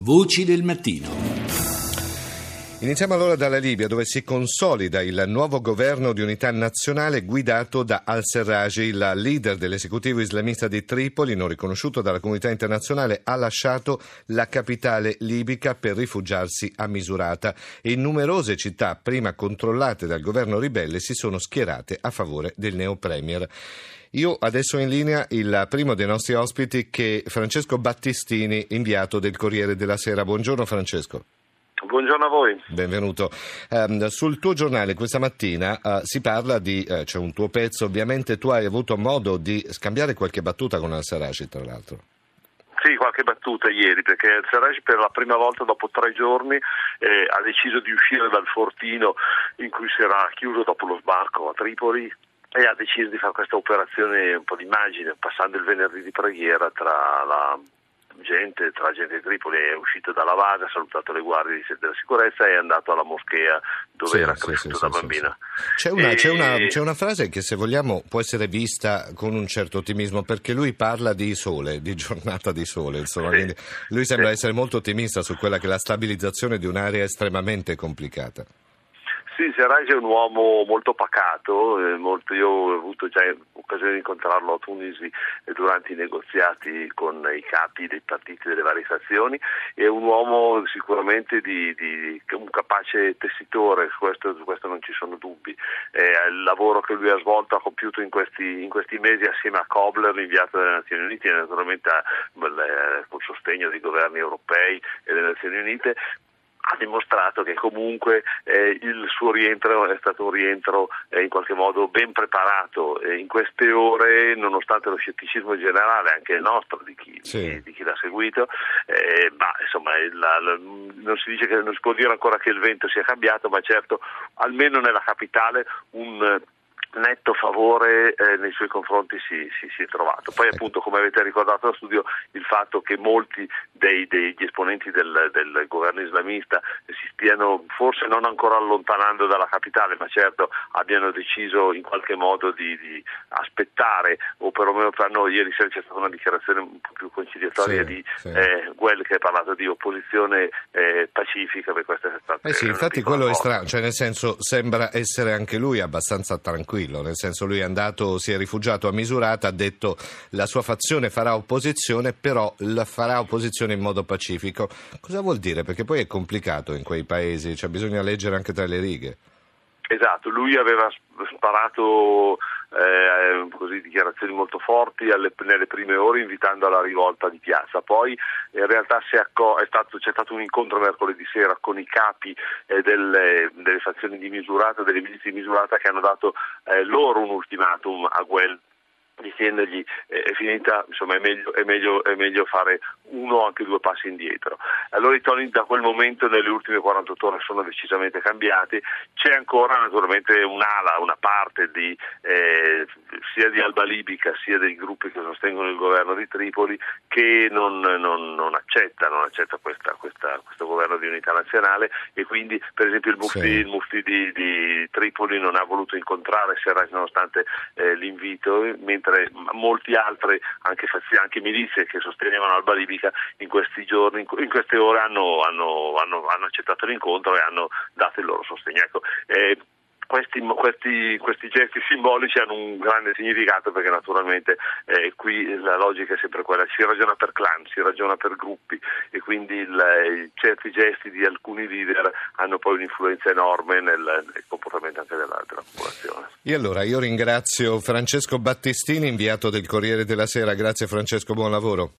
Voci del mattino. Iniziamo allora dalla Libia, dove si consolida il nuovo governo di unità nazionale guidato da al-Serraj. Il leader dell'esecutivo islamista di Tripoli, non riconosciuto dalla comunità internazionale, ha lasciato la capitale libica per rifugiarsi a Misurata e numerose città prima controllate dal governo ribelle si sono schierate a favore del neo-premier. Io adesso in linea il primo dei nostri ospiti, che è Francesco Battistini, inviato del Corriere della Sera. Buongiorno Francesco. Buongiorno a voi. Benvenuto. Sul tuo giornale questa mattina si parla di, c'è un tuo pezzo, ovviamente tu hai avuto modo di scambiare qualche battuta con al-Serraj, tra l'altro. Sì, qualche battuta ieri, perché al-Serraj per la prima volta dopo 3 giorni ha deciso di uscire dal fortino in cui si era chiuso dopo lo sbarco a Tripoli e ha deciso di fare questa operazione un po' d'immagine, passando il venerdì di preghiera tra la gente di Tripoli. È uscito dalla Vaga, ha salutato le guardie della sicurezza e è andato alla moschea dove era cresciuto da bambino. C'è una frase che, se vogliamo, può essere vista con un certo ottimismo, perché lui parla di sole, di giornata di sole, insomma. Sì. Quindi lui sembra essere molto ottimista su quella che è la stabilizzazione di un'area estremamente complicata. Sì, Serraj è un uomo molto pacato, io ho avuto già occasione di incontrarlo a Tunisi durante i negoziati con i capi dei partiti delle varie fazioni. È un uomo sicuramente un capace tessitore, su questo non ci sono dubbi. Il lavoro che lui ha svolto, ha compiuto in questi mesi assieme a Kobler, l'inviato delle Nazioni Unite, e naturalmente col sostegno dei governi europei e delle Nazioni Unite, ha dimostrato che comunque il suo rientro è stato un rientro in qualche modo ben preparato. In queste ore, nonostante lo scetticismo generale, anche il nostro, di chi l'ha seguito, non si dice non si può dire ancora che il vento sia cambiato, ma certo almeno nella capitale un netto favore nei suoi confronti si è trovato. Poi appunto, come avete ricordato allo studio, il fatto che molti degli esponenti del governo islamista si stiano forse non ancora allontanando dalla capitale, ma certo abbiano deciso in qualche modo di aspettare, o perlomeno ieri sera c'è stata una dichiarazione un po' più conciliatoria di Guell, che ha parlato di opposizione pacifica, per questa è stata infatti quello è strano, cioè nel senso sembra essere anche lui abbastanza tranquillo. Nel senso, lui è andato, si è rifugiato a Misurata, ha detto la sua fazione farà opposizione, però la farà opposizione in modo pacifico. Cosa vuol dire? Perché poi è complicato in quei paesi, cioè bisogna leggere anche tra le righe. Esatto, lui aveva sparato dichiarazioni molto forti nelle prime ore, invitando alla rivolta di piazza. Poi in realtà c'è stato un incontro mercoledì sera con i capi delle fazioni di Misurata, delle milizie di Misurata, che hanno dato loro un ultimatum a Guell, dicendogli è finita, insomma è meglio fare uno o anche 2 passi indietro. Allora i toni da quel momento nelle ultime 48 ore sono decisamente cambiati. C'è ancora naturalmente una parte sia di Alba Libica sia dei gruppi che sostengono il governo di Tripoli, che non accetta questo governo di unità nazionale, e quindi per esempio il mufti di Tripoli non ha voluto incontrare Serraj nonostante l'invito, mentre molti altri, anche milizie che sostenevano Alba Libica, in questi giorni, in queste ore hanno accettato l'incontro e hanno dato il loro sostegno. Ecco, questi gesti simbolici hanno un grande significato, perché naturalmente qui la logica è sempre quella: si ragiona per clan, si ragiona per gruppi, e quindi certi gesti di alcuni leader hanno poi un'influenza enorme nel comportamento anche della popolazione. E allora io ringrazio Francesco Battistini, inviato del Corriere della Sera. Grazie Francesco, buon lavoro.